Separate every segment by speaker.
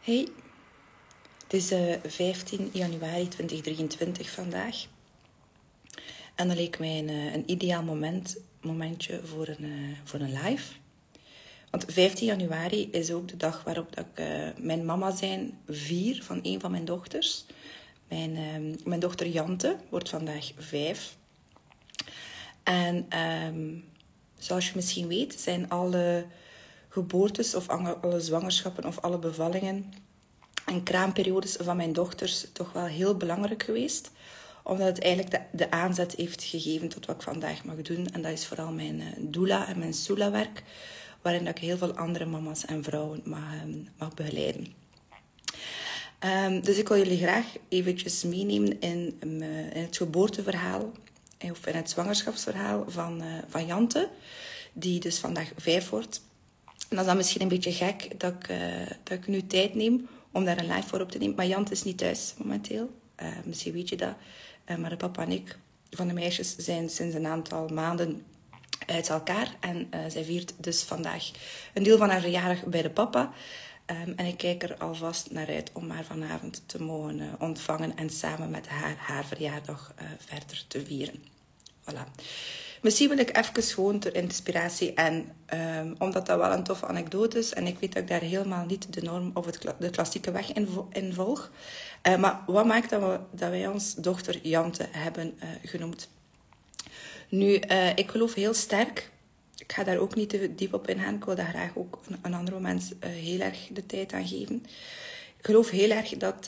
Speaker 1: Hey, het is 15 januari 2023 vandaag. En dat leek mij een ideaal momentje voor een live. Want 15 januari is ook de dag waarop dat ik mijn mama zijn vier van een van mijn dochters. Mijn dochter Jante wordt vandaag 5. En zoals je misschien weet zijn alle geboortes of alle zwangerschappen of alle bevallingen en kraamperiodes van mijn dochters toch wel heel belangrijk geweest. Omdat het eigenlijk de aanzet heeft gegeven tot wat ik vandaag mag doen. En dat is vooral mijn doula en mijn soula werk. Waarin ik heel veel andere mama's en vrouwen mag begeleiden. Dus ik wil jullie graag eventjes meenemen in het geboorteverhaal. Of in het zwangerschapsverhaal van Jante. Die dus vandaag 5 wordt. En dat is dan misschien een beetje gek dat ik nu tijd neem om daar een live voor op te nemen. Maar Jante is niet thuis momenteel. Misschien weet je dat. Maar de papa en ik van de meisjes zijn sinds een aantal maanden uit elkaar. En zij viert dus vandaag een deel van haar verjaardag bij de papa. En ik kijk er alvast naar uit om haar vanavond te mogen ontvangen. En samen met haar verjaardag verder te vieren. Voilà. Misschien wil ik even gewoon ter inspiratie en omdat dat wel een toffe anekdote is en ik weet dat ik daar helemaal niet de norm of de klassieke weg in volg. Maar wat maakt dat wij ons dochter Jante hebben genoemd? Nu, ik geloof heel sterk, ik ga daar ook niet te diep op ingaan, ik wil daar graag ook een ander moment heel erg de tijd aan geven. Ik geloof heel erg dat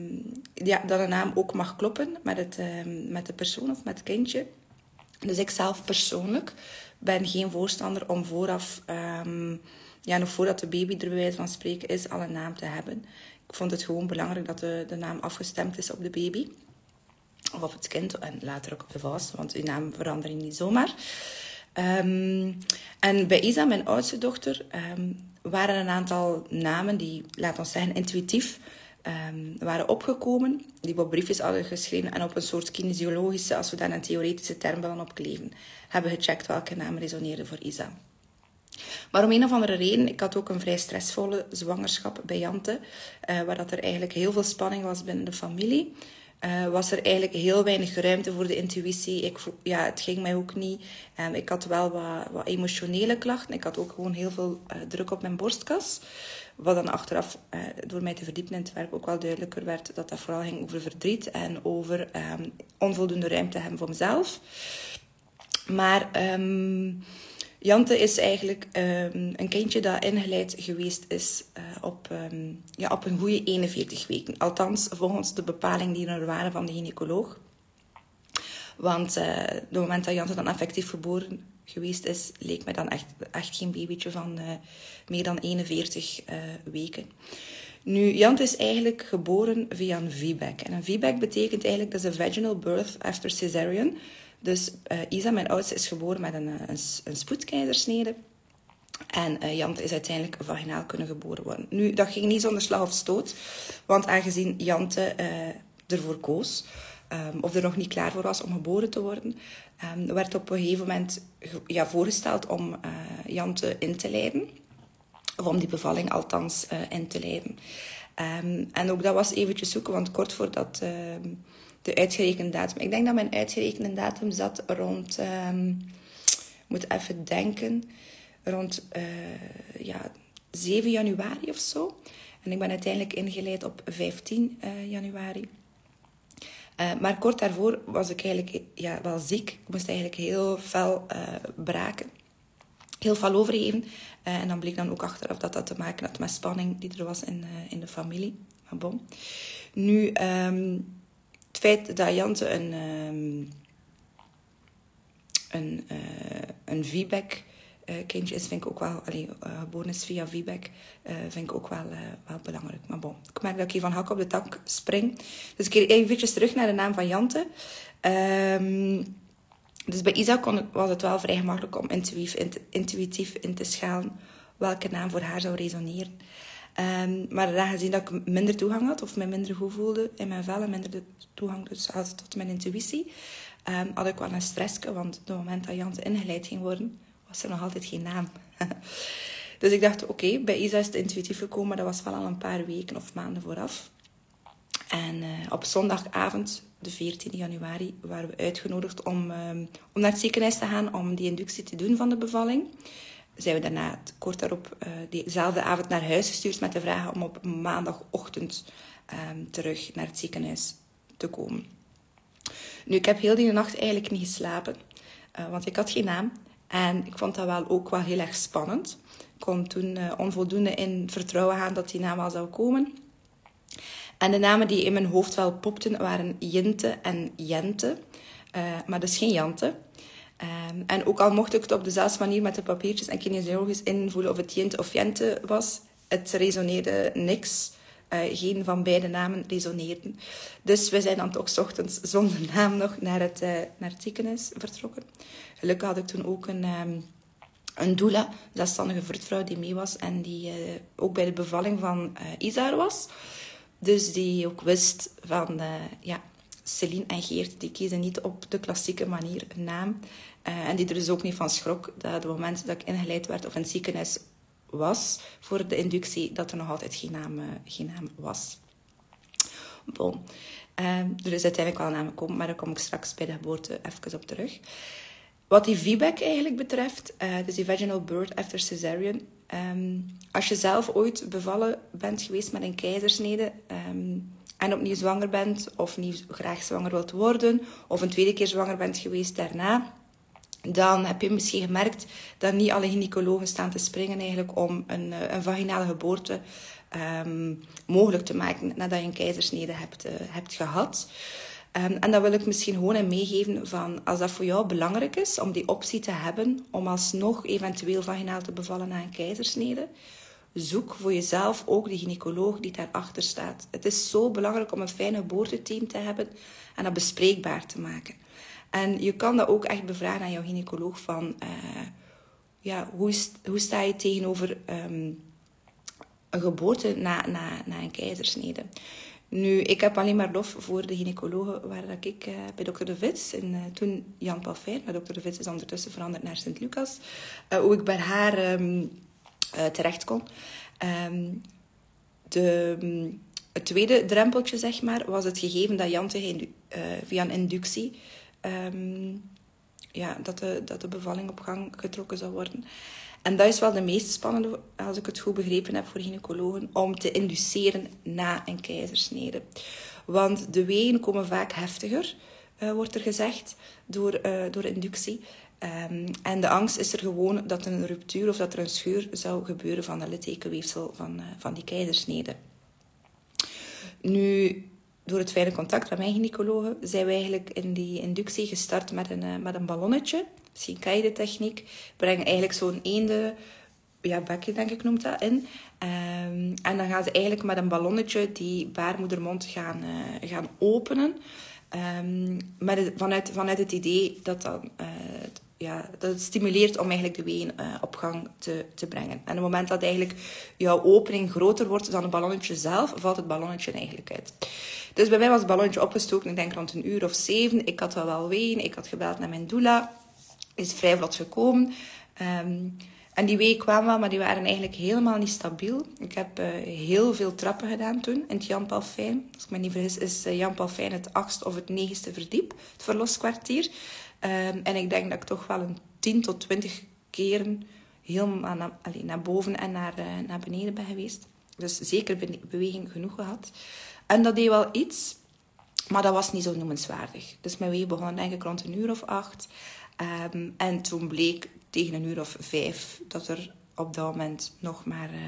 Speaker 1: een naam ook mag kloppen met de persoon of met het kindje. Dus ik zelf persoonlijk ben geen voorstander om vooraf, nog voordat de baby er bij wijze van spreken is, al een naam te hebben. Ik vond het gewoon belangrijk dat de naam afgestemd is op de baby. Of op het kind en later ook op de vast, want die naam verander je niet zomaar. En bij Isa, mijn oudste dochter, waren een aantal namen die, laten we zeggen, intuïtief waren opgekomen, die we op briefjes hadden geschreven en op een soort kinesiologische, als we daar een theoretische term willen opkleven, hebben gecheckt welke naam resoneerde voor Isa. Maar om een of andere reden, ik had ook een vrij stressvolle zwangerschap bij Jante, waar dat er eigenlijk heel veel spanning was binnen de familie. Was er eigenlijk heel weinig ruimte voor de intuïtie. Het ging mij ook niet. Ik had wel wat emotionele klachten. Ik had ook gewoon heel veel druk op mijn borstkas. Wat dan achteraf, door mij te verdiepen in het werk, ook wel duidelijker werd dat dat vooral ging over verdriet en over onvoldoende ruimte hebben voor mezelf. Maar Jante is eigenlijk een kindje dat ingeleid geweest is op een goede 41 weken. Althans, volgens de bepaling die er waren van de gynaecoloog. Want het moment dat Jante dan effectief geboren geweest is, leek mij dan echt geen babytje van meer dan 41 weken. Nu, Jante is eigenlijk geboren via een VBAC. En een VBAC betekent eigenlijk, dat is een vaginal birth after cesarean. Dus Isa, mijn oudste, is geboren met een spoedkeizersnede. En Jante is uiteindelijk vaginaal kunnen geboren worden. Nu, dat ging niet zonder slag of stoot. Want aangezien Jante ervoor koos, of er nog niet klaar voor was om geboren te worden, werd op een gegeven moment voorgesteld om Jante in te leiden. Of om die bevalling althans in te leiden. En ook dat was eventjes zoeken, want kort voordat de uitgerekende datum... Ik denk dat mijn uitgerekende datum zat rond... moet even denken. Rond 7 januari of zo. En ik ben uiteindelijk ingeleid op 15 januari. Maar kort daarvoor was ik eigenlijk wel ziek. Ik moest eigenlijk heel fel braken. Heel veel overgeven. En dan bleek dan ook achteraf dat dat te maken had met spanning die er was in de familie. Maar bon. Nu, het feit dat Jante een VBAC kindje is, vind ik ook wel... geboren is via VBAC, vind ik ook wel belangrijk. Maar bon, ik merk dat ik hier van hak op de tak spring. Dus ik keer eventjes terug naar de naam van Jante. Dus bij Isa was het wel vrij gemakkelijk om intuïtief in te schalen welke naam voor haar zou resoneren. Maar aangezien dat ik minder toegang had, of mij minder goed voelde in mijn vel en minder de toegang dus had tot mijn intuïtie, had ik wel een stressje, want op het moment dat Jante ingeleid ging worden, was er nog altijd geen naam. Dus ik dacht, oké, bij Isa is het intuïtief gekomen, maar dat was wel al een paar weken of maanden vooraf. En op zondagavond, de 14 januari, waren we uitgenodigd om naar het ziekenhuis te gaan om die inductie te doen van de bevalling. Zijn we daarna kort daarop diezelfde avond naar huis gestuurd met de vraag om op maandagochtend terug naar het ziekenhuis te komen. Nu, ik heb heel die nacht eigenlijk niet geslapen, want ik had geen naam. En ik vond dat ook wel heel erg spannend. Ik kon toen onvoldoende in vertrouwen gaan dat die naam wel zou komen. En de namen die in mijn hoofd wel popten waren Jinte en Jente, maar dus geen Jante. En ook al mocht ik het op dezelfde manier met de papiertjes en kinesiologisch invoelen of het Jinte of Jente was, het resoneerde niks. Geen van beide namen resoneerden. Dus we zijn dan toch 's ochtends zonder naam nog naar het ziekenhuis vertrokken. Gelukkig had ik toen ook een doula, een zelfstandige vroedvrouw die mee was en die ook bij de bevalling van Isa was. Dus die ook wist van, Celine en Geert, die kiezen niet op de klassieke manier een naam. En die er dus ook niet van schrok dat op het moment dat ik ingeleid werd of in het ziekenhuis was voor de inductie, dat er nog altijd geen naam was. Bon. Er is uiteindelijk wel een naam gekomen, maar daar kom ik straks bij de geboorte even op terug. Wat die VBAC eigenlijk betreft, dus die vaginal birth after cesarean. Als je zelf ooit bevallen bent geweest met een keizersnede en opnieuw zwanger bent of niet graag zwanger wilt worden of een tweede keer zwanger bent geweest daarna, dan heb je misschien gemerkt dat niet alle gynaecologen staan te springen eigenlijk om een vaginale geboorte mogelijk te maken nadat je een keizersnede hebt gehad. En dat wil ik misschien gewoon in meegeven van als dat voor jou belangrijk is om die optie te hebben om alsnog eventueel vaginaal te bevallen na een keizersnede, zoek voor jezelf ook de gynaecoloog die daarachter staat. Het is zo belangrijk om een fijn geboorteteam te hebben en dat bespreekbaar te maken. En je kan dat ook echt bevragen aan jouw gynaecoloog van hoe sta je tegenover een geboorte na een keizersnede. Nu, ik heb alleen maar lof voor de gynaecologen waar dat ik bij dokter De Vits, en toen Jan Palfijn, maar dokter De Vits is ondertussen veranderd naar Sint-Lucas, hoe ik bij haar terecht kon. Het tweede drempeltje, zeg maar, was het gegeven dat Jante via een inductie dat de bevalling op gang getrokken zou worden. En dat is wel de meest spannende, als ik het goed begrepen heb voor gynaecologen, om te induceren na een keizersnede. Want de weeën komen vaak heftiger, wordt er gezegd, door inductie. En de angst is er gewoon dat een ruptuur of dat er een scheur zou gebeuren van het littekenweefsel van die keizersnede. Nu, door het fijne contact met mijn gynaecologen zijn we eigenlijk in die inductie gestart met een ballonnetje. Misschien ken je de techniek. We brengen eigenlijk zo'n bekje, denk ik, noemt dat, in. En dan gaan ze eigenlijk met een ballonnetje die baarmoedermond gaan openen. Vanuit het idee dat het stimuleert om eigenlijk de weeën op gang te brengen. En op het moment dat eigenlijk jouw opening groter wordt dan het ballonnetje zelf, valt het ballonnetje eigenlijk uit. Dus bij mij was het ballonnetje opgestoken, ik denk rond 7:00. Ik had wel weeën, ik had gebeld naar mijn doula. Is vrij vlot gekomen. En die weeën kwamen wel, maar die waren eigenlijk helemaal niet stabiel. Ik heb heel veel trappen gedaan toen in het Jan Palfijn. Als ik me niet vergis is Jan Palfijn het 8e of het 9e verdiep, het verloskwartier. En ik denk dat ik toch wel een 10 tot 20 keren helemaal naar boven en naar beneden ben geweest. Dus zeker beweging genoeg gehad. En dat deed wel iets, maar dat was niet zo noemenswaardig. Dus mijn weeën begonnen denk ik rond 8:00. En toen bleek tegen 5:00 dat er op dat moment nog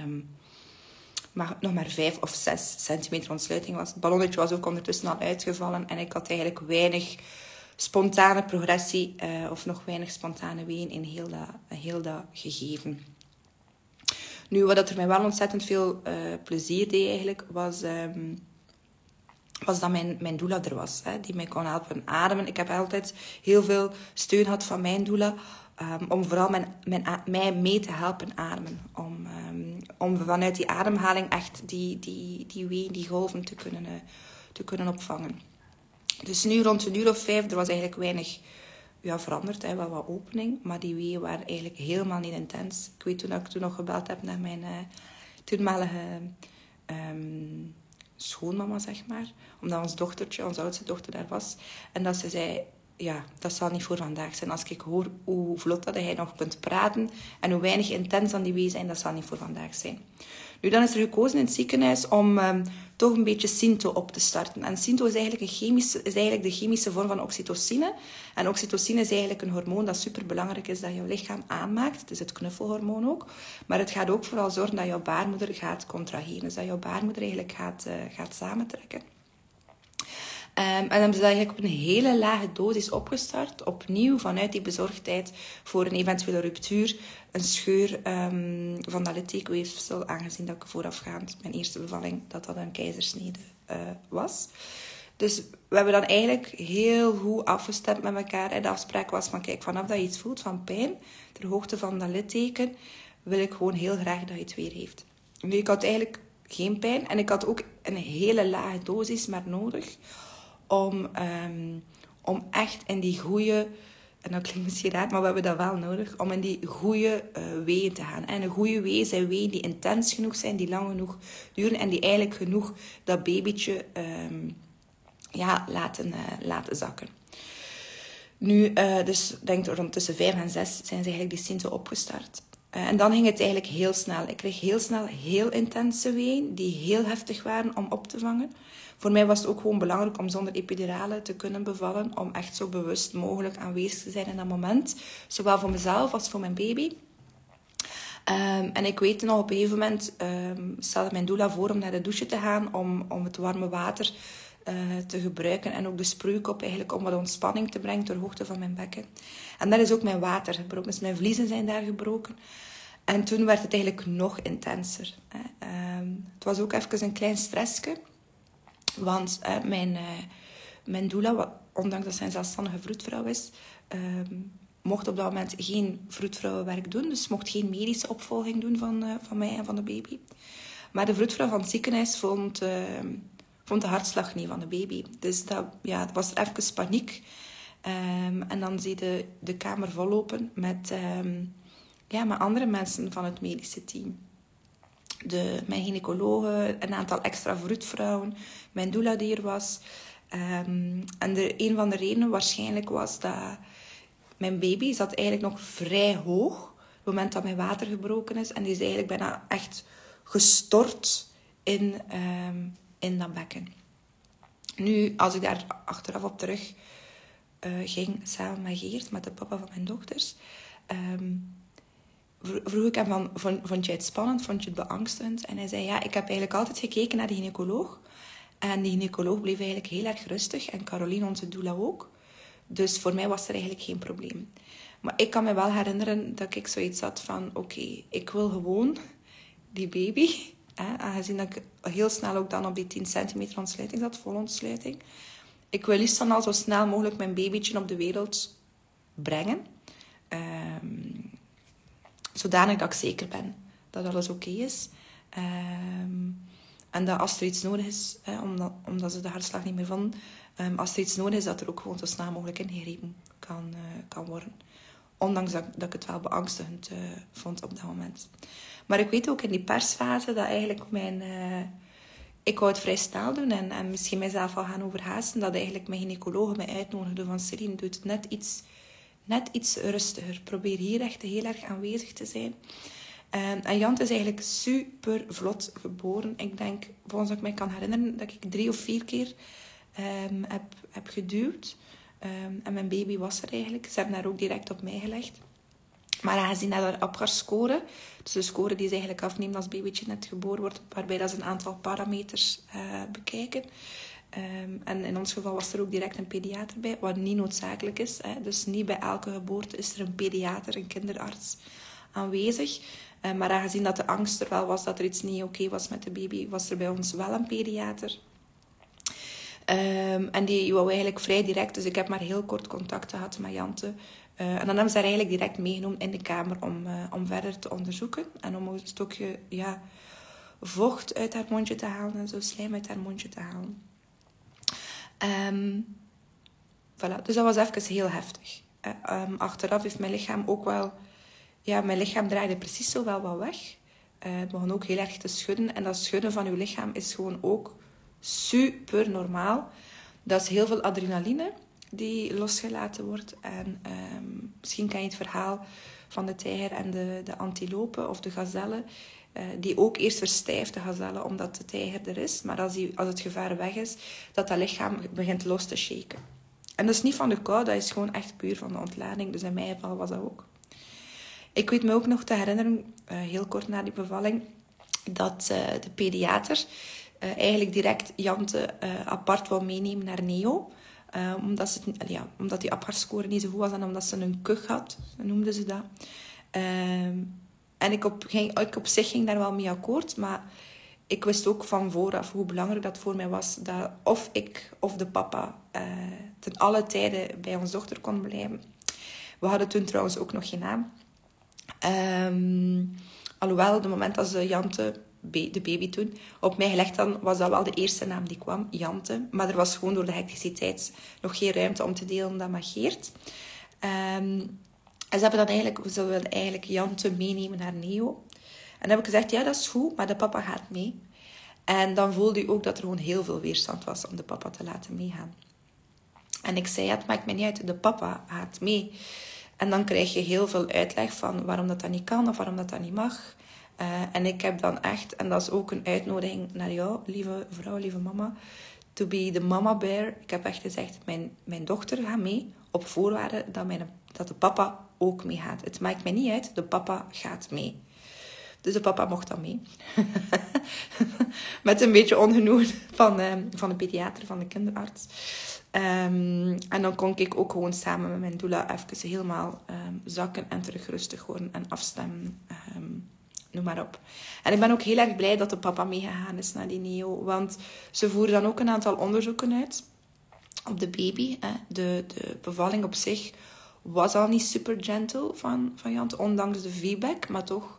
Speaker 1: maar 5 of 6 centimeter ontsluiting was. Het ballonnetje was ook ondertussen al uitgevallen en ik had eigenlijk weinig spontane progressie of nog weinig spontane weeën in heel dat gegeven. Nu, wat er mij wel ontzettend veel plezier deed eigenlijk, was dat mijn doula er was, die mij kon helpen ademen. Ik heb altijd heel veel steun gehad van mijn doula, om vooral mij mee te helpen ademen. Om vanuit die ademhaling echt die weeën, die golven te kunnen opvangen. Dus nu rond 5:00, er was eigenlijk veranderd, wel wat opening. Maar die weeën waren eigenlijk helemaal niet intens. Ik weet toen ik nog gebeld heb naar mijn toenmalige schoonmama, zeg maar. Omdat ons dochtertje, onze oudste dochter, daar was. En dat ze zei, ja, dat zal niet voor vandaag zijn. Als ik hoor hoe vlot dat hij nog kunt praten en hoe weinig intens aan die weeën zijn, dat zal niet voor vandaag zijn. Nu, dan is er gekozen in het ziekenhuis om toch een beetje Sinto op te starten. En Sinto is eigenlijk de chemische vorm van oxytocine. En oxytocine is eigenlijk een hormoon dat superbelangrijk is dat jouw lichaam aanmaakt. Het is het knuffelhormoon ook. Maar het gaat ook vooral zorgen dat jouw baarmoeder gaat contraheren. Dus dat jouw baarmoeder eigenlijk gaat samentrekken. En dan hebben ze dat eigenlijk op een hele lage dosis opgestart. Opnieuw vanuit die bezorgdheid voor een eventuele ruptuur. Een scheur van dat littekenweefsel. Aangezien dat ik voorafgaand mijn eerste bevalling dat een keizersnede was. Dus we hebben dan eigenlijk heel goed afgestemd met elkaar. En de afspraak was van kijk, vanaf dat je iets voelt van pijn. Ter hoogte van dat litteken. Wil ik gewoon heel graag dat je het weer heeft. Nu, ik had eigenlijk geen pijn. En ik had ook een hele lage dosis maar nodig. Om echt in die goede, en dat klinkt misschien raar, maar we hebben dat wel nodig, om in die goede weeën te gaan. En een goede weeën zijn weeën die intens genoeg zijn, die lang genoeg duren en die eigenlijk genoeg dat babytje laten zakken. Nu, dus denk rond tussen 5 en 6 zijn ze eigenlijk die Sinto opgestart. En dan ging het eigenlijk heel snel. Ik kreeg heel snel heel intense weeën die heel heftig waren om op te vangen. Voor mij was het ook gewoon belangrijk om zonder epidurale te kunnen bevallen. Om echt zo bewust mogelijk aanwezig te zijn in dat moment. Zowel voor mezelf als voor mijn baby. En ik weet nog, op een gegeven moment stelde mijn doula voor om naar de douche te gaan. Om het warme water te gebruiken. En ook de sproeikop eigenlijk om wat ontspanning te brengen ter hoogte van mijn bekken. En daar is ook mijn water gebroken. Dus mijn vliezen zijn daar gebroken. En toen werd het eigenlijk nog intenser. Het was ook even een klein stressje. Want mijn doula, ondanks dat zij een zelfstandige vroedvrouw is, mocht op dat moment geen vroedvrouwenwerk doen. Dus mocht geen medische opvolging doen van mij en van de baby. Maar de vroedvrouw van het ziekenhuis vond de hartslag niet van de baby. Dus dat was er even paniek. En dan zie je de kamer vollopen met andere mensen van het medische team. Mijn gynaecologe, een aantal extra vroedvrouwen, mijn doula die er was. En een van de redenen waarschijnlijk was dat mijn baby zat eigenlijk nog vrij hoog. Op het moment dat mijn water gebroken is. En die is eigenlijk bijna echt gestort in dat bekken. Nu, als ik daar achteraf op terug ging, samen met Geert, met de papa van mijn dochters, vroeg ik hem vond je het spannend, vond je het beangstigend? En hij zei, ja, ik heb eigenlijk altijd gekeken naar de gynaecoloog. En die gynaecoloog bleef eigenlijk heel erg rustig. En Caroline, onze doula, ook. Dus voor mij was er eigenlijk geen probleem. Maar ik kan me wel herinneren dat ik zoiets had van, oké, ik wil gewoon die baby. Aangezien dat ik heel snel ook dan op die 10 centimeter ontsluiting zat, vol ontsluiting. Ik wil liefst dan al zo snel mogelijk mijn babytje op de wereld brengen. Zodanig dat ik zeker ben dat alles oké is. En dat als er iets nodig is, omdat ze de hartslag niet meer vonden, als er iets nodig is, dat er ook gewoon zo snel mogelijk ingegrepen kan worden. Ondanks dat ik het wel beangstigend vond op dat moment. Maar ik weet ook in die persfase dat eigenlijk ik wou het vrij snel doen en misschien mijzelf al gaan overhaasten, dat eigenlijk mijn gynaecoloog mij uitnodigde van Celine, doe het net iets rustiger. Probeer hier echt heel erg aanwezig te zijn. En Jant is eigenlijk super vlot geboren. Ik denk, volgens wat ik mij kan herinneren, dat ik 3 of 4 keer heb geduwd. En mijn baby was er eigenlijk. Ze hebben daar ook direct op mij gelegd. Maar aangezien dat er op haar score, dus de score die ze eigenlijk afneemt als babytje net geboren wordt, waarbij dat ze een aantal parameters bekijken. En in ons geval was er ook direct een pediater bij, wat niet noodzakelijk is. Dus niet bij elke geboorte is er een pediater, een kinderarts aanwezig. Maar aangezien dat de angst er wel was dat er iets niet oké was met de baby, was er bij ons wel een pediater. En die wou eigenlijk vrij direct, dus ik heb maar heel kort contact gehad met Jante. En dan hebben ze haar eigenlijk direct meegenomen in de kamer om verder te onderzoeken. En om een stukje vocht uit haar mondje te halen en zo slijm uit haar mondje te halen. Voilà. Dus dat was even heel heftig. Achteraf heeft mijn lichaam ook wel... Ja, mijn lichaam draaide precies zo wel wat weg. Het begon ook heel erg te schudden. En dat schudden van uw lichaam is gewoon ook super normaal. Dat is heel veel adrenaline die losgelaten wordt. En misschien ken je het verhaal van de tijger en de antilope of de gazelle. Die ook eerst verstijft, de gazelle, omdat de tijger er is. Maar als het gevaar weg is, dat lichaam begint los te shaken. En dat is niet van de kou, dat is gewoon echt puur van de ontlading. Dus in mijn geval was dat ook. Ik weet me ook nog te herinneren, heel kort na die bevalling, dat de pediater eigenlijk direct Jante apart wou meenemen naar Neo. Omdat die APGAR-score niet zo goed was en omdat ze een kuch had, noemden ze dat. En ik op zich ging daar wel mee akkoord, maar ik wist ook van vooraf hoe belangrijk dat voor mij was dat of ik of de papa ten alle tijden bij onze dochter kon blijven. We hadden toen trouwens ook nog geen naam. Alhoewel, op het moment dat ze Jante, de baby toen, op mij gelegd hadden, was dat wel de eerste naam die kwam, Jante. Maar er was gewoon door de hecticiteit nog geen ruimte om te delen dat met Geert. En ze wilden eigenlijk Jante meenemen naar Neo. En dan heb ik gezegd, ja, dat is goed, maar de papa gaat mee. En dan voelde u ook dat er gewoon heel veel weerstand was om de papa te laten meegaan. En ik zei, ja, het maakt mij niet uit, de papa gaat mee. En dan krijg je heel veel uitleg van waarom dat niet kan of waarom dat niet mag. En ik heb dan echt, en dat is ook een uitnodiging naar jou, lieve vrouw, lieve mama, to be the mama bear. Ik heb echt gezegd, mijn dochter gaat mee, op voorwaarde dat de papa ook meegaat. Het maakt mij niet uit, de papa gaat mee. Dus de papa mocht dan mee. Met een beetje ongenoegen van de pediater, van de kinderarts. En dan kon ik ook gewoon samen met mijn doula even helemaal zakken en terug rustig worden en afstemmen. Noem maar op. En ik ben ook heel erg blij dat de papa meegegaan is naar die Neo. Want ze voeren dan ook een aantal onderzoeken uit op de baby. De bevalling op zich was al niet super gentle van Jante, ondanks de feedback. Maar toch,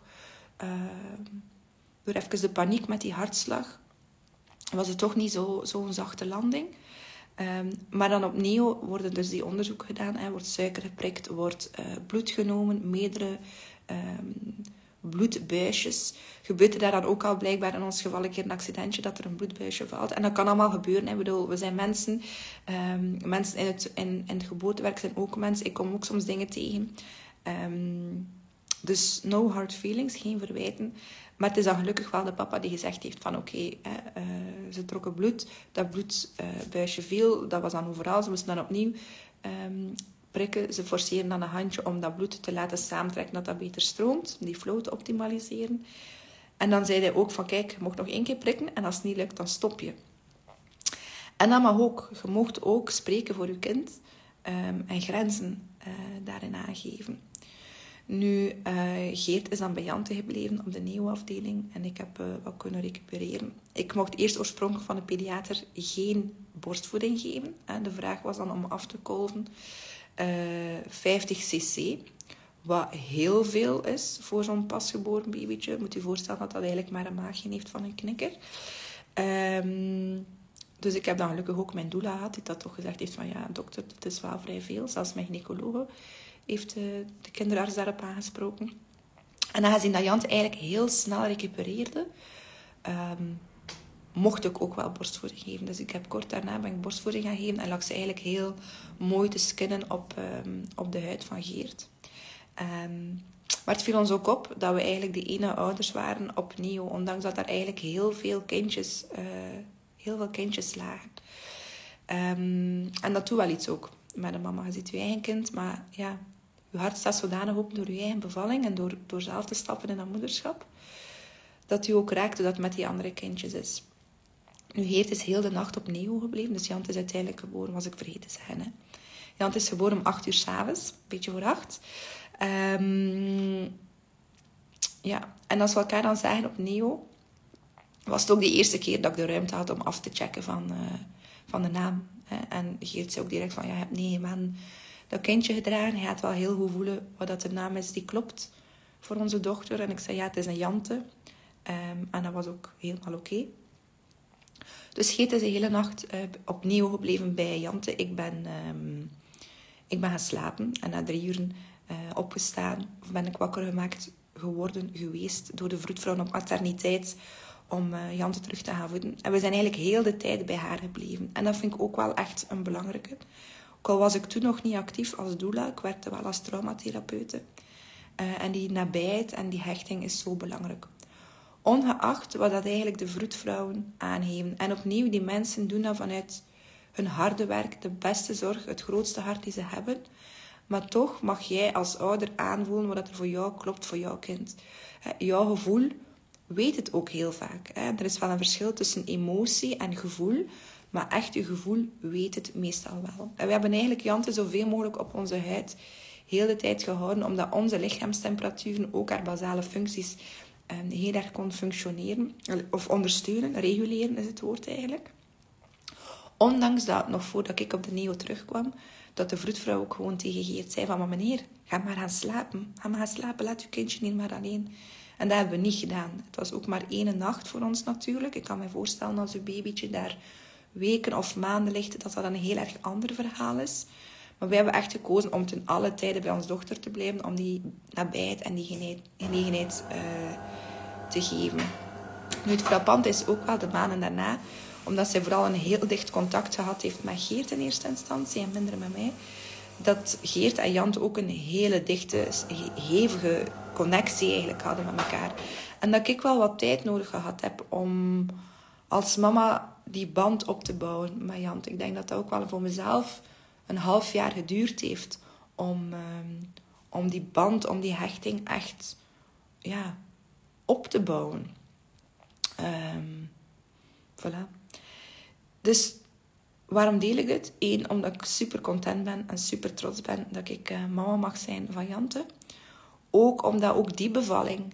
Speaker 1: door even de paniek met die hartslag, was het toch niet zo'n zachte landing. Maar dan opnieuw worden dus die onderzoeken gedaan. Wordt suiker geprikt, wordt bloed genomen, meerdere bloedbuisjes. Gebeurt er daar dan ook al blijkbaar in ons geval een keer een accidentje dat er een bloedbuisje valt. En dat kan allemaal gebeuren. Ik bedoel, we zijn mensen. Mensen in het geboortewerk zijn ook mensen. Ik kom ook soms dingen tegen. Dus no hard feelings, geen verwijten. Maar het is dan gelukkig wel de papa die gezegd heeft van oké, ze trokken bloed. Dat bloedbuisje viel, dat was dan overal. Ze moesten dan opnieuw prikken. Ze forceren dan een handje om dat bloed te laten samentrekken, dat dat beter stroomt. Die flow te optimaliseren. En dan zei hij ook van kijk, je mocht nog 1 keer prikken en als het niet lukt, dan stop je. En dat mag ook. Je mocht ook spreken voor je kind en grenzen daarin aangeven. Nu, Geert is dan bij Jante gebleven op de Neo-afdeling en ik heb wat kunnen recupereren. Ik mocht eerst oorspronkelijk van de pediater geen borstvoeding geven. De vraag was dan om af te kolven 50 cc, wat heel veel is voor zo'n pasgeboren babytje. Moet je voorstellen dat dat eigenlijk maar een maagje heeft van een knikker. Dus ik heb dan gelukkig ook mijn doula gehad, die dat toch gezegd heeft van ja, dokter, het is wel vrij veel. Zelfs mijn gynaecologe heeft de kinderarts daarop aangesproken. En aangezien dat Jante eigenlijk heel snel recupereerde, mocht ik ook wel borstvoeding geven. Dus ik heb kort daarna ben ik borstvoeding gaan geven en lag ze eigenlijk heel mooi te skinnen op de huid van Geert. Maar het viel ons ook op dat we eigenlijk de ene ouders waren opnieuw, ondanks dat er eigenlijk heel veel kindjes lagen. En dat doet wel iets ook met een mama. Je ziet je eigen kind, maar ja, je hart staat zodanig open door je eigen bevalling en door zelf te stappen in dat moederschap, dat u ook raakt dat het met die andere kindjes is. Nu, Geert is heel de nacht opnieuw gebleven, dus Jante is uiteindelijk geboren, was ik vergeten te zeggen. Hè. Jante is geboren om 8 uur 's avonds, een beetje voor 8. Ja, en als we elkaar dan zagen opnieuw, was het ook de eerste keer dat ik de ruimte had om af te checken van de naam. En Geert zei ook direct van, ja, je hebt 9 maanden dat kindje gedragen. Hij gaat wel heel goed voelen wat dat de naam is die klopt voor onze dochter. En ik zei, ja, het is een Jante. En dat was ook helemaal oké. Dus Geert is de hele nacht opnieuw gebleven bij Jante. Ik Ik ben gaan slapen en na 3 uur opgestaan. Of ben ik wakker gemaakt geworden geweest door de vroedvrouw op materniteit om Jante terug te gaan voeden. En we zijn eigenlijk heel de tijd bij haar gebleven. En dat vind ik ook wel echt een belangrijke. Ook al was ik toen nog niet actief als doula, ik werkte wel als traumatherapeute. En die nabijheid en die hechting is zo belangrijk. Ongeacht wat dat eigenlijk de vroedvrouwen aangeven. En opnieuw, die mensen doen dat vanuit hun harde werk, de beste zorg, het grootste hart die ze hebben. Maar toch mag jij als ouder aanvoelen wat er voor jou klopt, voor jouw kind. Jouw gevoel weet het ook heel vaak. Er is wel een verschil tussen emotie en gevoel. Maar echt, je gevoel weet het meestal wel. En we hebben eigenlijk Jante zoveel mogelijk op onze huid heel de tijd gehouden. Omdat onze lichaamstemperaturen, ook haar basale functies, heel erg kon functioneren. Of ondersteunen, reguleren is het woord eigenlijk. Ondanks dat, nog voordat ik op de neo terugkwam, dat de vroedvrouw ook gewoon tegen Geert zei van, maar meneer, ga maar gaan slapen. Ga maar gaan slapen, laat uw kindje niet maar alleen. En dat hebben we niet gedaan. Het was ook maar 1 nacht voor ons natuurlijk. Ik kan me voorstellen als uw babytje daar weken of maanden ligt, dat dat een heel erg ander verhaal is. Maar wij hebben echt gekozen om ten alle tijden bij onze dochter te blijven, om die nabijheid en die genegenheid te geven. Nu, het frappant is ook wel de maanden daarna, omdat zij vooral een heel dicht contact gehad heeft met Geert in eerste instantie en minder met mij, dat Geert en Jante ook een hele dichte, hevige connectie eigenlijk hadden met elkaar. En dat ik wel wat tijd nodig gehad heb om als mama die band op te bouwen met Jante. Ik denk dat dat ook wel voor mezelf een half jaar geduurd heeft om die band, om die hechting echt op te bouwen. Voilà. Dus waarom deel ik dit? 1, omdat ik super content ben en super trots ben dat ik mama mag zijn van Jante. Ook omdat ook die bevalling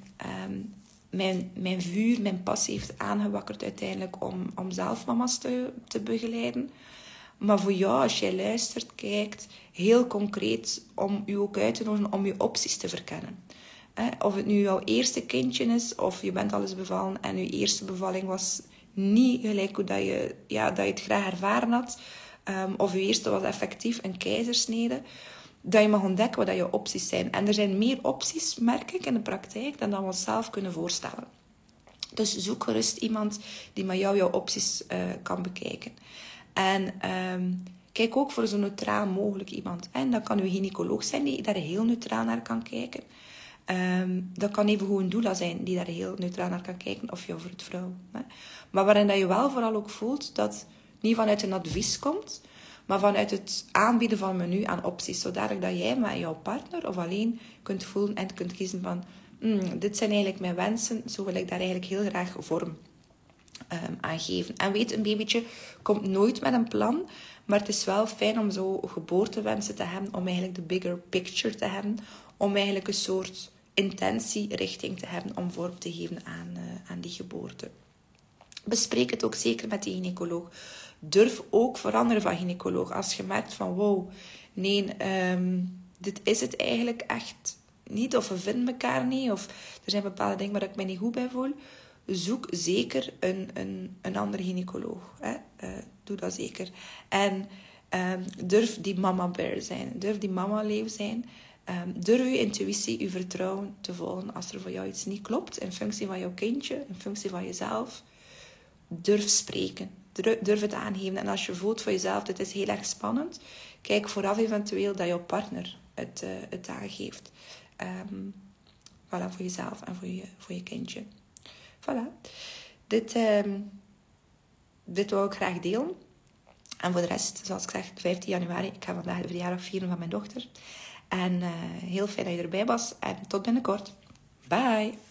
Speaker 1: mijn vuur, mijn passie heeft aangewakkerd uiteindelijk om zelf mama's te begeleiden. Maar voor jou, als jij luistert, kijkt, heel concreet om u ook uit te nodigen om je opties te verkennen. Of het nu jouw eerste kindje is, of je bent al eens bevallen en je eerste bevalling was niet gelijk hoe dat je het graag ervaren had. Of je eerste was effectief een keizersnede. Dat je mag ontdekken wat je opties zijn. En er zijn meer opties, merk ik, in de praktijk dan we onszelf kunnen voorstellen. Dus zoek gerust iemand die met jou jouw opties kan bekijken. En kijk ook voor zo neutraal mogelijk iemand. En dat kan uw gynaecoloog zijn die daar heel neutraal naar kan kijken. Dat kan even goed een doula zijn die daar heel neutraal naar kan kijken. Of jouw vroedvrouw. Maar waarin dat je wel vooral ook voelt dat het niet vanuit een advies komt, maar vanuit het aanbieden van een menu aan opties. Zodat dat jij met jouw partner of alleen kunt voelen en kunt kiezen van dit zijn eigenlijk mijn wensen. Zo wil ik daar eigenlijk heel graag vorm aan geven. En weet, een babytje komt nooit met een plan. Maar het is wel fijn om zo geboortewensen te hebben. Om eigenlijk de bigger picture te hebben. Om eigenlijk een soort intentierichting te hebben om vorm te geven aan die geboorte. Bespreek het ook zeker met die gynaecoloog. Durf ook veranderen van gynaecoloog. Als je merkt van wow, nee, dit is het eigenlijk echt niet. Of we vinden elkaar niet. Of er zijn bepaalde dingen waar ik me niet goed bij voel. Zoek zeker een andere gynaecoloog. Doe dat zeker. En durf die mama bear zijn. Durf die mama leeuw zijn. Durf je intuïtie, je vertrouwen te volgen als er voor jou iets niet klopt. In functie van jouw kindje, in functie van jezelf. Durf spreken. Durf het aangeven. En als je voelt voor jezelf, dit is heel erg spannend. Kijk vooraf eventueel dat jouw partner het aangeeft. Voilà, voor jezelf en voor je kindje. Voilà. Dit wou ik graag delen. En voor de rest, zoals ik zeg, 15 januari. Ik ga vandaag de verjaardag vieren van mijn dochter. En heel fijn dat je erbij was. En tot binnenkort. Bye.